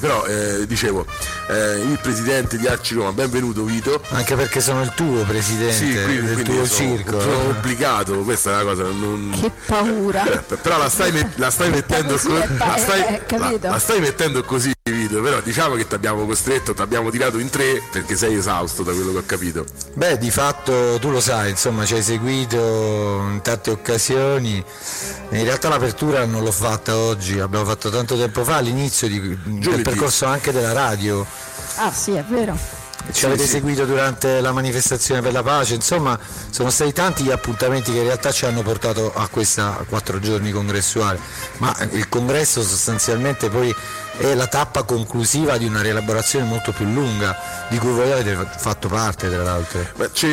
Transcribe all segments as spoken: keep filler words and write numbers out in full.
però eh, dicevo, eh, il presidente di Arci Roma, benvenuto Vito. Anche perché sono il tuo presidente, sì, quindi, del quindi tuo sono, circo. Sono obbligato, questa è una cosa. Non... Che paura. Eh, però la stai, met- la stai mettendo così, co- è pa- la, stai, eh, capito? la, la stai mettendo così, Vito, però diciamo che ti abbiamo costretto, ti abbiamo tirato in tre perché sei esausto da quello che ho capito. Beh, di fatto tu lo sai, insomma, ci hai seguito in tante occasioni. In realtà l'apertura non l'ho fatta oggi, l'abbiamo fatto tanto tempo fa, all'inizio di, del percorso anche della radio. Ah sì, è vero. Ci sì, avete sì. seguito durante la manifestazione per la pace, insomma sono stati tanti gli appuntamenti che in realtà ci hanno portato a questa quattro giorni congressuale, ma il congresso sostanzialmente poi è la tappa conclusiva di una rielaborazione molto più lunga di cui voi avete fatto parte, tra l'altro. Ma c'è,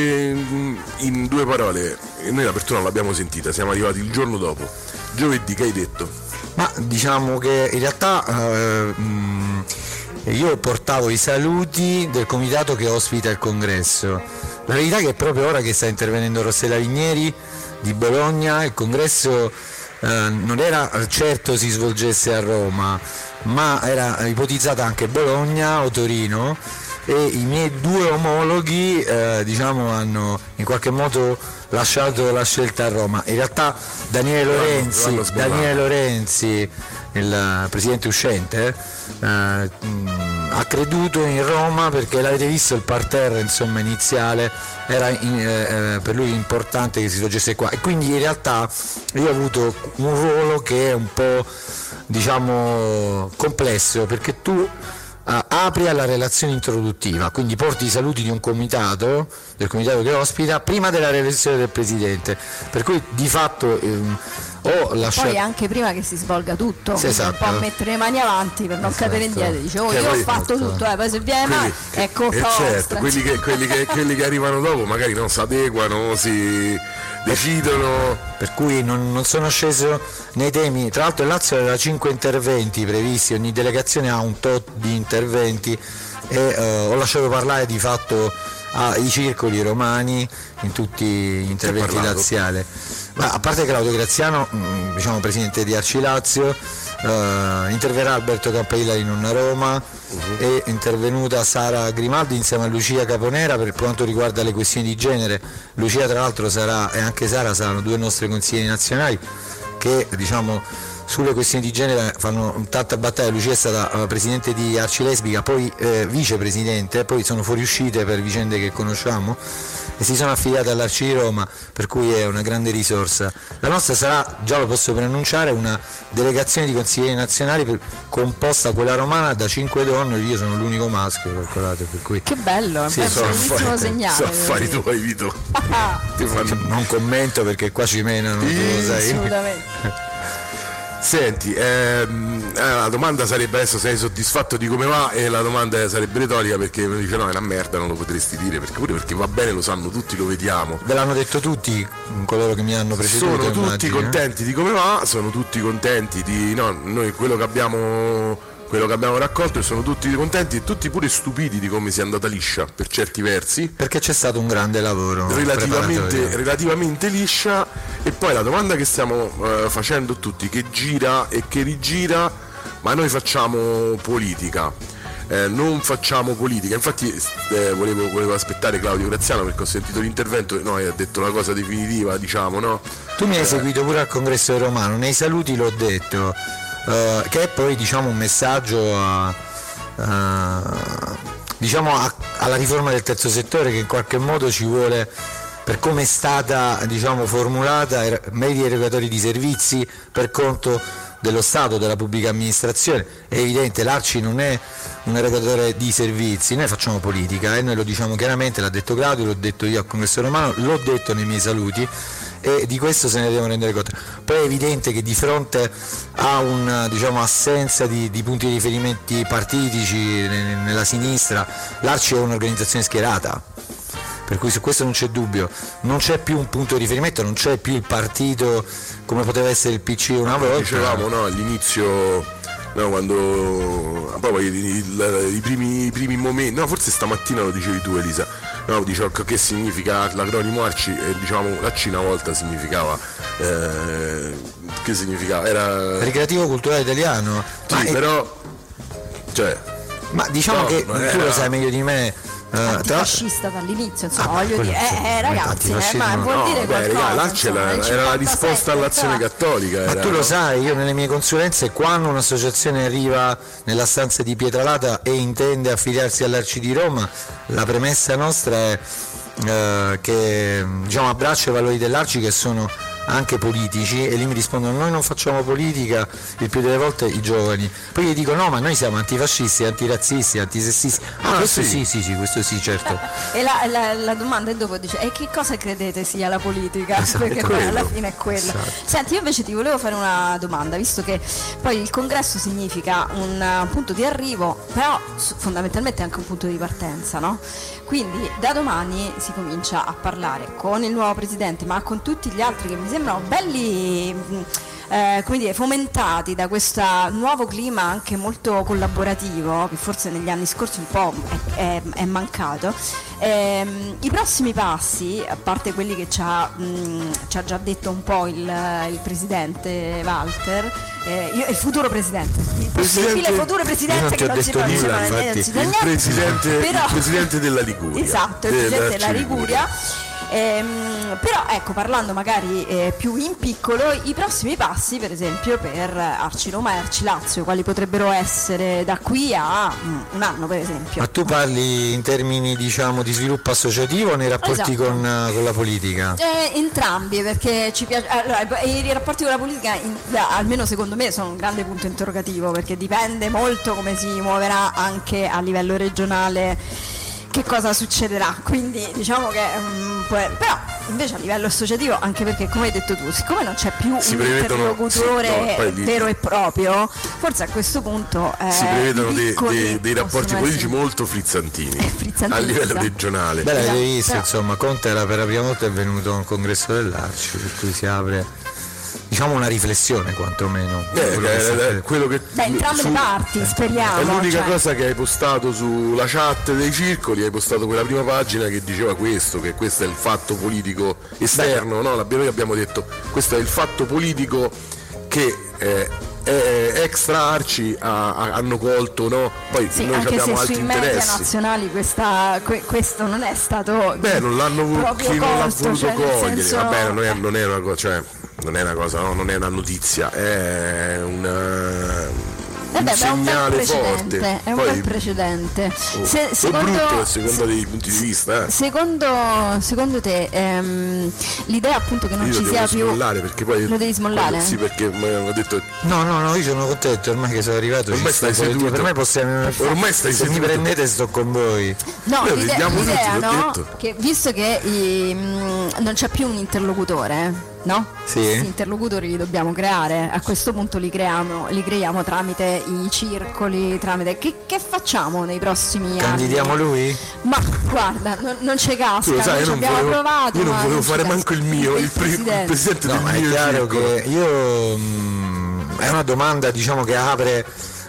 in due parole, noi l'apertura non l'abbiamo sentita, siamo arrivati il giorno dopo, giovedì, che hai detto? Ma diciamo che in realtà eh, mh, io portavo i saluti del comitato che ospita il congresso. La verità è che proprio ora che sta intervenendo Rossella Vigneri di Bologna, il congresso eh, non era certo si svolgesse a Roma, ma era ipotizzata anche Bologna o Torino, e i miei due omologhi eh, diciamo hanno in qualche modo lasciato la scelta a Roma. In realtà Daniele Lorenzi, Daniele Lorenzi il presidente uscente, eh, mh, ha creduto in Roma perché l'avete visto il parterre insomma iniziale era in, eh, per lui importante che si svolgesse qua, e quindi in realtà io ho avuto un ruolo che è un po' diciamo complesso, perché tu Uh, apri alla relazione introduttiva, quindi porti i saluti di un comitato, del comitato che ospita, prima della relazione del presidente, per cui di fatto ehm, ho lasciato... Poi anche prima che si svolga tutto, sì, esatto. Un po' mettere le mani avanti per non esatto. cadere indietro, dice oh, Che io poi, ho fatto esatto. tutto, eh, poi se viene quelli, male è colpa eh, vostra. certo, quelli che, quelli, che, quelli che arrivano dopo magari non si adeguano, si decidono, per cui non, non sono sceso nei temi. Tra l'altro il Lazio aveva cinque interventi previsti, ogni delegazione ha un tot di interventi, e eh, ho lasciato parlare di fatto ai circoli romani in tutti gli interventi laziali. Ma a parte Claudio Graziano, diciamo presidente di Arci Lazio, eh, interverrà Alberto Campailla di Nonna Roma, uh-huh. è intervenuta Sara Grimaldi insieme a Lucia Caponera per quanto riguarda le questioni di genere. Lucia tra l'altro sarà, e anche Sara saranno due nostre consiglieri nazionali che diciamo sulle questioni di genere fanno tanta battaglia. Lucia è stata uh, presidente di Arci Lesbica, poi eh, vicepresidente, poi sono fuoriuscite per vicende che conosciamo e si sono affiliate all'Arci di Roma, per cui è una grande risorsa. La nostra sarà, già lo posso preannunciare, una delegazione di consiglieri nazionali per, composta, quella romana, da cinque donne, io sono l'unico maschio, calcolate, per cui... Che bello, sì, è un bellissimo segnale. Sono affari tuoi, Vito. fanno... Non commento perché qua ci menano, tu lo sai. Assolutamente. Senti, ehm, eh, la domanda sarebbe adesso sei soddisfatto di come va, e la domanda sarebbe retorica perché mi dice no, è una merda, non lo potresti dire, perché pure perché va bene, lo sanno tutti, lo vediamo. Ve l'hanno detto tutti coloro che mi hanno preceduto. Sono tutti immagino. contenti di come va, sono tutti contenti di no, noi quello che abbiamo quello che abbiamo raccolto, e sono tutti contenti e tutti pure stupiti di come sia andata liscia per certi versi, perché c'è stato un grande lavoro relativamente, relativamente liscia. E poi la domanda che stiamo uh, facendo tutti, che gira e che rigira, ma noi facciamo politica, eh, non facciamo politica, infatti eh, volevo, volevo aspettare Claudio Graziano perché ho sentito l'intervento, no, ha detto la cosa definitiva, diciamo, no? Tu mi hai eh. seguito pure al congresso romano, nei saluti l'ho detto, Uh, che è poi diciamo un messaggio a, uh, diciamo a, alla riforma del terzo settore, che in qualche modo ci vuole, per come è stata diciamo formulata, medi erogatori di servizi per conto dello Stato, della pubblica amministrazione. È evidente, l'Arci non è un erogatore di servizi, noi facciamo politica e noi lo diciamo chiaramente, l'ha detto Claudio, l'ho detto io al congresso romano, l'ho detto nei miei saluti, e di questo se ne devono rendere conto. Poi è evidente che di fronte a una diciamo, assenza di, di punti di riferimenti partitici nella sinistra, l'Arci è un'organizzazione schierata, per cui su questo non c'è dubbio, non c'è più un punto di riferimento, non c'è più il partito come poteva essere il P C una volta. Dicevamo no, all'inizio, no, quando proprio i, i, i, primi, i primi momenti, no, forse stamattina lo dicevi tu Elisa, no, dicevo che significa l'acronimo Arci, e diciamo la C una volta significava eh, che significava? Era ricreativo culturale italiano. sì, Ma però Cioè, Ma diciamo no, che non tu era- lo sai meglio di me. eh, tra- Antifascista dall'inizio, insomma, Ah, voglio quello dire, sì, eh, eh, ragazzi, eh, antifascismo ma no. vuol no, dire beh, qualcosa, raga, là c'è insomma, la- nel era la cinquantasette, risposta all'azione però- cattolica. Ma era, tu lo no? sai, io nelle mie consulenze, quando un'associazione arriva nella stanza di Pietralata e intende affiliarsi all'Arci di Roma, la premessa nostra è eh, che diciamo, abbraccia i valori dell'Arci che sono anche politici, e lì mi rispondono: noi non facciamo politica, il più delle volte i giovani. Poi gli dico: no, ma noi siamo antifascisti, antirazzisti, antisessisti. Ah, Ah, questo sì. sì, sì, sì, questo sì, certo. E la, la- la domanda è dopo dice: e che cosa credete sia la politica? Esatto, Perché poi quello. alla fine è quella. Esatto. Senti, io invece ti volevo fare una domanda, visto che poi il congresso significa un uh, punto di arrivo, però s- fondamentalmente è anche un punto di partenza, no? Quindi da domani si comincia a parlare con il nuovo presidente, ma con tutti gli altri che mi sembrano belli, mh, eh, come dire, fomentati da questo nuovo clima anche molto collaborativo, che forse negli anni scorsi un po' è, è- è mancato. Ehm, I prossimi passi, a parte quelli che ci ha, mh, ci ha già detto un po' il, il presidente Walter, eh, io- il futuro presidente, il possibile Presidente- futuro Io presidente non ti che ho non si detto può nulla, dire, infatti. non si può Il niente, presidente, però- il presidente della Liguria. Esatto, il della presidente della Arci Liguria. Ehm, però ecco, parlando magari eh, più in piccolo, i prossimi passi per esempio per Arci Roma e Arci Lazio, quali potrebbero essere da qui a mm, un anno per esempio? Ma tu parli in termini, diciamo, di sviluppo associativo o nei rapporti Esatto. con, eh, con la politica? Eh, entrambi, perché ci piace. Allora, i rapporti con la politica, in- almeno secondo me, sono un grande punto interrogativo, perché dipende molto come si muoverà anche a livello regionale, che cosa succederà. Quindi diciamo che mm, può- però invece a livello associativo, anche perché come hai detto tu, siccome non c'è più Si un prevedono- interlocutore sì, no, poi lì- vero e proprio, forse a questo punto eh, Si prevedono i dei, piccoli dei- dei rapporti possono politici essere- molto frizzantini, Eh, frizzantini, a livello esatto. regionale. Beh, l'avete Esatto, visto, però- insomma, Conte era per la prima volta è venuto a un congresso dell'Arci, per cui si apre, diciamo, una riflessione quantomeno. Eh, quello che eh, sta- eh, quello che- Da entrambe su- le parti, speriamo. È l'unica cioè. cosa che hai postato sulla chat dei circoli, hai postato quella prima pagina che diceva questo, che questo è il fatto politico esterno, no? L'abbiamo- Noi abbiamo detto questo è il fatto politico che eh, eh, extra Arci ha- ha- hanno colto, no? Poi Sì, noi anche abbiamo se altri sui media interessi. nazionali questa, que- questo non è stato Beh, non l'hanno voluto, proprio chi non l'ha colto, voluto cioè, nel cogliere, senso- vabbè, non è, non è una cosa, cioè, non è una cosa, no? Non è una notizia, è una, Eh un beh, beh, è un bel segnale precedente, forte. è un Poi, bel precedente. oh, Se- è secondo, brutto a seconda se- dei punti di vista, eh. secondo, secondo te ehm, l'idea appunto che non Io ci lo sia devo più smollare perché poi lo devi smollare? Sì, perché mi hanno detto No, no, no, io sono contento, ormai che sono arrivato. Ormai ci sto stai volentieri. seduto. Per me possiamo. Ormai stai se mi seduto. prendete sto con voi. No, Beh, l'idea, vediamo tutti, l'idea, l'ho no? detto. Che visto che i- mh, non c'è più un interlocutore, no? Sì. Questi interlocutori li dobbiamo creare, a questo punto li creiamo, li creiamo tramite i circoli, tramite che, che facciamo nei prossimi Candidiamo anni? lui? Ma guarda, non, non c'è casca, tu lo sai, noi io ci non abbiamo volevo, provato. io non ma volevo ci fare casca. manco il mio, il, pre- il presidente. presidente No, del ma è mio chiaro circolo. che io mm, è una domanda, diciamo, che apre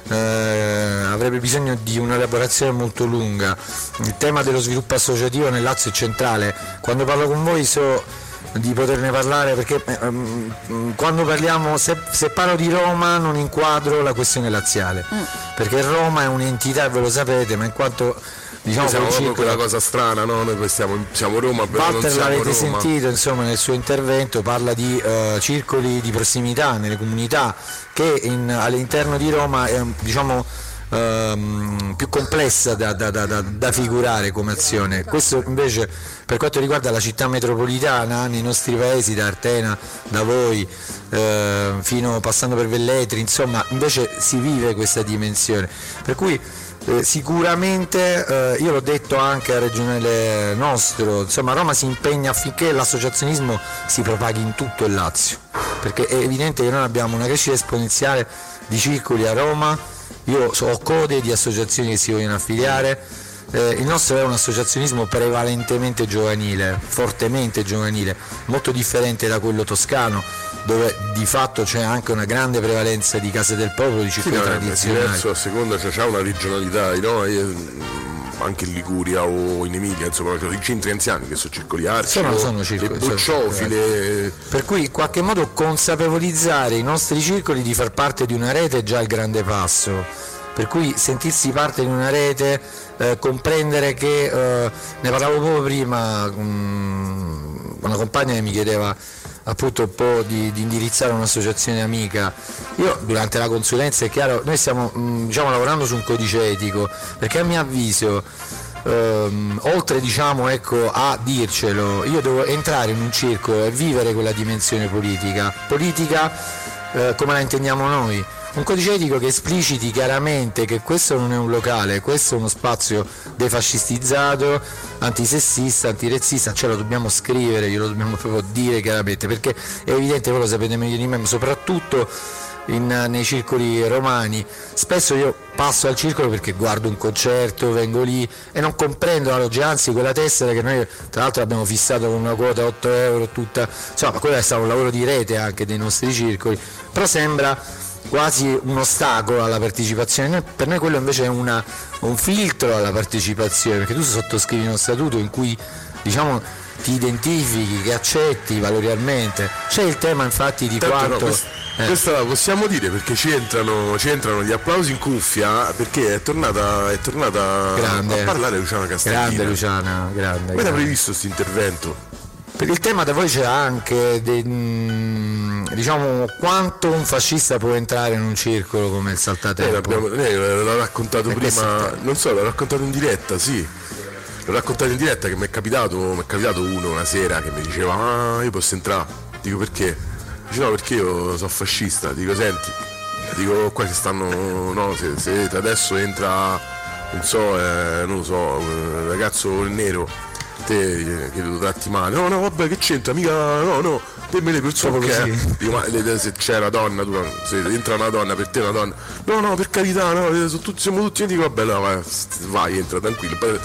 eh, avrebbe bisogno di un'elaborazione molto lunga. Il tema dello sviluppo associativo nel Lazio è centrale. Quando parlo con voi so di poterne parlare perché eh, mm, quando parliamo, se, se parlo di Roma non inquadro la questione laziale, Mm. perché Roma è un'entità, ve lo sapete, ma in quanto diciamo Noi siamo col proprio circolo- quella cosa strana, no? Noi poi siamo, siamo Roma, però non Walter siamo l'avete Roma. sentito, insomma, nel suo intervento parla di eh, circoli di prossimità nelle comunità che in- all'interno di Roma è, diciamo, ehm, più complessa da, da- da- da- da figurare come azione. Questo invece per quanto riguarda la città metropolitana, nei nostri paesi, da Artena, da voi, eh, fino passando per Velletri, insomma, invece si vive questa dimensione. Per cui Eh, sicuramente, eh, io l'ho detto anche al regionale nostro, insomma Roma si impegna affinché l'associazionismo si propaghi in tutto il Lazio, perché è evidente che noi abbiamo una crescita esponenziale di circoli a Roma, io so, ho code di associazioni che si vogliono affiliare, eh, il nostro è un associazionismo prevalentemente giovanile, fortemente giovanile, molto differente da quello toscano, dove di fatto c'è anche una grande prevalenza di case del popolo, di Sì, circuiti no, è tradizionali. diverso a seconda, cioè, c'ha una regionalità, no? Io, mm, anche in Liguria o in Emilia, insomma, i centri anziani che sono circoli arci, Sono- o sono le circoli, sono bocciofile. Per cui in qualche modo consapevolizzare i nostri circoli di far parte di una rete è già il grande passo. per cui sentirsi parte di una rete, eh, comprendere che, eh, ne parlavo proprio prima, um, una compagna che mi chiedeva appunto un po' di, di indirizzare un'associazione amica. Io durante la consulenza, è chiaro, noi stiamo mh, diciamo, lavorando su un codice etico, perché a mio avviso ehm, oltre diciamo, ecco, a dircelo, io devo entrare in un circolo e vivere quella dimensione politica politica eh, come la intendiamo noi. Un codice etico che espliciti chiaramente che questo non è un locale, questo è uno spazio defascistizzato, antisessista, antirezzista, ce lo dobbiamo scrivere, glielo dobbiamo proprio dire chiaramente, perché è evidente, voi lo sapete meglio di me, ma soprattutto in, nei circoli romani, spesso io passo al circolo perché guardo un concerto, vengo lì e non comprendo la logica, anzi quella tessera che noi tra l'altro abbiamo fissato con una quota otto euro tutta, insomma quello è stato un lavoro di rete anche dei nostri circoli, però sembra quasi un ostacolo alla partecipazione. Noi, per noi quello invece è una, un filtro alla partecipazione, perché tu sottoscrivi uno statuto in cui diciamo ti identifichi, che accetti valorialmente. C'è il tema infatti di Tanto quanto no, quest- eh. questa la possiamo dire perché ci entrano, ci entrano gli applausi in cuffia, perché è tornata, è tornata grande, a parlare Luciana Castellina. grande Luciana, grande, come grande. avrei visto questo intervento? Perché il tema da voi c'è anche de, mh, diciamo quanto un fascista può entrare in un circolo come il Saltatempo. Eh, l'abbiamo, eh, l'ho raccontato E prima, non so, l'ho raccontato in diretta, sì. L'ho raccontato in diretta che mi è capitato, mi è capitato uno una sera che mi diceva "Ah, io posso entrare". Dico "Perché?". Dice "No, perché io sono fascista". Dico "Senti". Dico "Qua ci stanno, no, se, se adesso entra, non so, eh, non lo so, un ragazzo nero, te che lo tratti male". "No, no, vabbè, che c'entra, mica, no, no, te me le persone che dico, ma le, se c'è una donna, tu, se entra una donna, per te è una donna, no, no, per carità, no, sono tutti, siamo tutti", io dico "vabbè, no, vai, vai, entra tranquillo". Poi,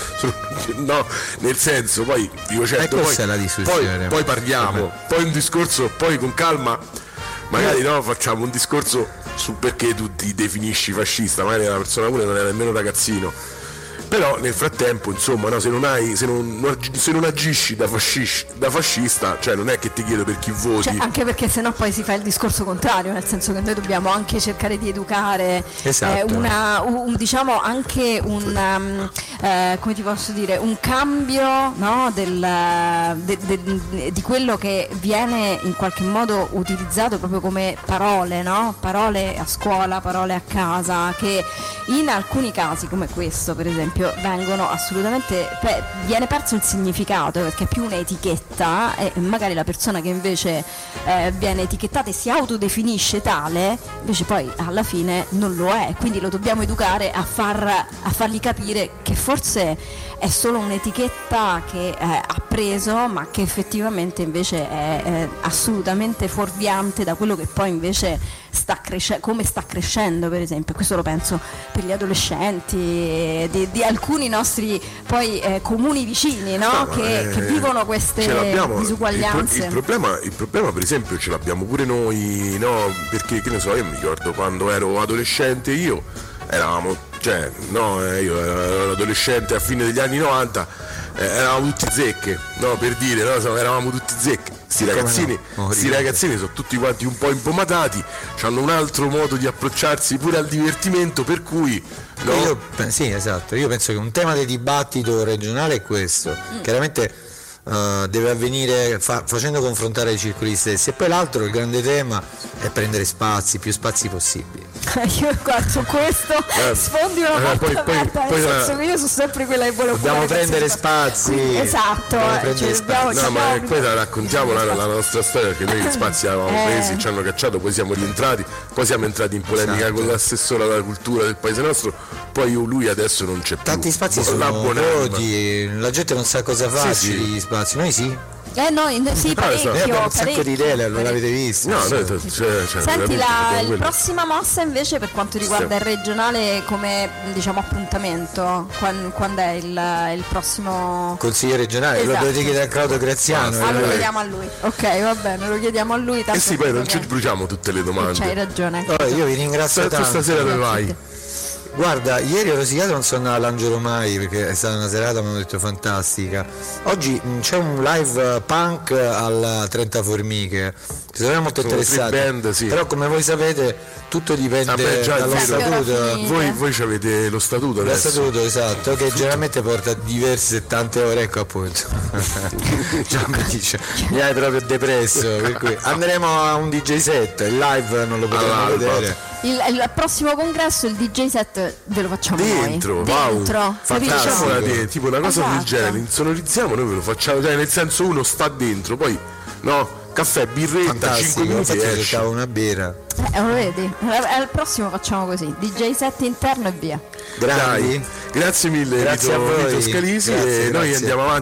no, nel senso, poi dico certo, poi, è la discussione. poi, poi parliamo, poi un discorso, poi con calma, magari no, facciamo un discorso su perché tu ti definisci fascista, magari la persona pure non è nemmeno ragazzino. Però nel frattempo, insomma, no, se non hai, se non, se non agisci da, fascis, da fascista, cioè non è che ti chiedo per chi voti. Cioè, anche perché sennò poi si fa il discorso contrario, nel senso che noi dobbiamo anche cercare di educare, esatto. eh, una, un, diciamo anche un um, eh, come ti posso dire, un cambio, no, del, de, de, di quello che viene in qualche modo utilizzato proprio come parole, no? Parole a scuola, parole a casa, che in alcuni casi come questo per esempio vengono assolutamente, pe- viene perso il significato, perché è più un'etichetta e magari la persona che invece eh, viene etichettata e si autodefinisce tale invece poi alla fine non lo è, quindi lo dobbiamo educare a, far, a fargli capire che forse è solo un'etichetta che eh, ha preso, ma che effettivamente invece è eh, assolutamente fuorviante da quello che poi invece sta crescendo, come sta crescendo per esempio. Questo lo penso per gli adolescenti di, di alcuni nostri poi eh, comuni vicini, no? No, che, eh, che vivono queste disuguaglianze. Il, il, problema, il problema per esempio ce l'abbiamo pure noi, no? Perché che ne so, io mi ricordo quando ero adolescente, io eravamo, cioè no, eh, io ero adolescente a fine degli anni novanta, eh, eravamo tutti zecche, no, per dire, no, eravamo tutti zecche. Sti ragazzini, no? sti ragazzini sono tutti quanti un po' impomatati, hanno un altro modo di approcciarsi pure al divertimento, per cui no? Io, sì, esatto, io penso che un tema del dibattito regionale è questo, mm. chiaramente uh, deve avvenire fa- facendo confrontare i circoli stessi, e poi l'altro, il grande tema, è prendere spazi, più spazi possibili. Io guarda, su questo eh, sfondi una eh, porta poi, aperta, poi, nel poi senso la... che io sono sempre quella che vuole dobbiamo prendere spazi. Quindi, esatto, prendere cioè, dobbiamo, no, ma è, poi la raccontiamo la, la nostra storia, perché noi gli spazi avevamo eh. presi, ci hanno cacciato, poi siamo rientrati, poi siamo entrati in polemica esatto. con l'assessore alla cultura del paese nostro, poi lui adesso non c'è più. Tanti spazi sono vuoti, la gente non sa cosa farci, sì, sì. Gli spazi, noi sì. Eh no, sì, parecchio, noi abbiamo un sacco parecchio, di idee, non l'avete visto? No, noi, cioè, cioè, senti, la il prossima mossa invece per quanto riguarda il regionale come diciamo appuntamento, quando, quando è il, il prossimo consiglio regionale? Esatto. Lo dovete chiedere a Claudio Graziano. Ah, lo chiediamo a lui. Ok, va bene, lo chiediamo a lui. Eh sì, poi non ci bruciamo tutte le domande. C'hai ragione. Allora, io vi ringrazio tanto. Stasera dove vai? Guarda, ieri ho rosicato, non sono andato all'Angelo mai perché è stata una serata, mi hanno detto fantastica. Oggi mh, c'è un live punk al trenta Formiche Saremo molto Sono interessati, tre band, sì. però come voi sapete tutto dipende Vabbè, già dallo è vero. statuto. Voi, voi ci avete lo statuto Lo adesso. statuto, esatto, che generalmente porta diverse tante ore, ecco appunto. Già mi dice, mi hai proprio depresso, per cui andremo a un D J set, il live non lo potremo All'alba. vedere. Il, il prossimo congresso il D J set ve lo facciamo Dentro, noi. wow. Dentro, Fantastico. capito? Facciamola te, tipo una cosa del Esatto. genere, insonorizziamo, noi ve lo facciamo, cioè nel senso uno sta dentro, poi no, caffè, birretta, cinque Fantastico, minuti infatti e esce. cercavo una birra. Eh, lo vedi? Al prossimo facciamo così, D J set interno e via. Grandi. Dai, grazie mille Grazie Vito, a voi. Vito Scalisi Grazie, e noi grazie. andiamo avanti.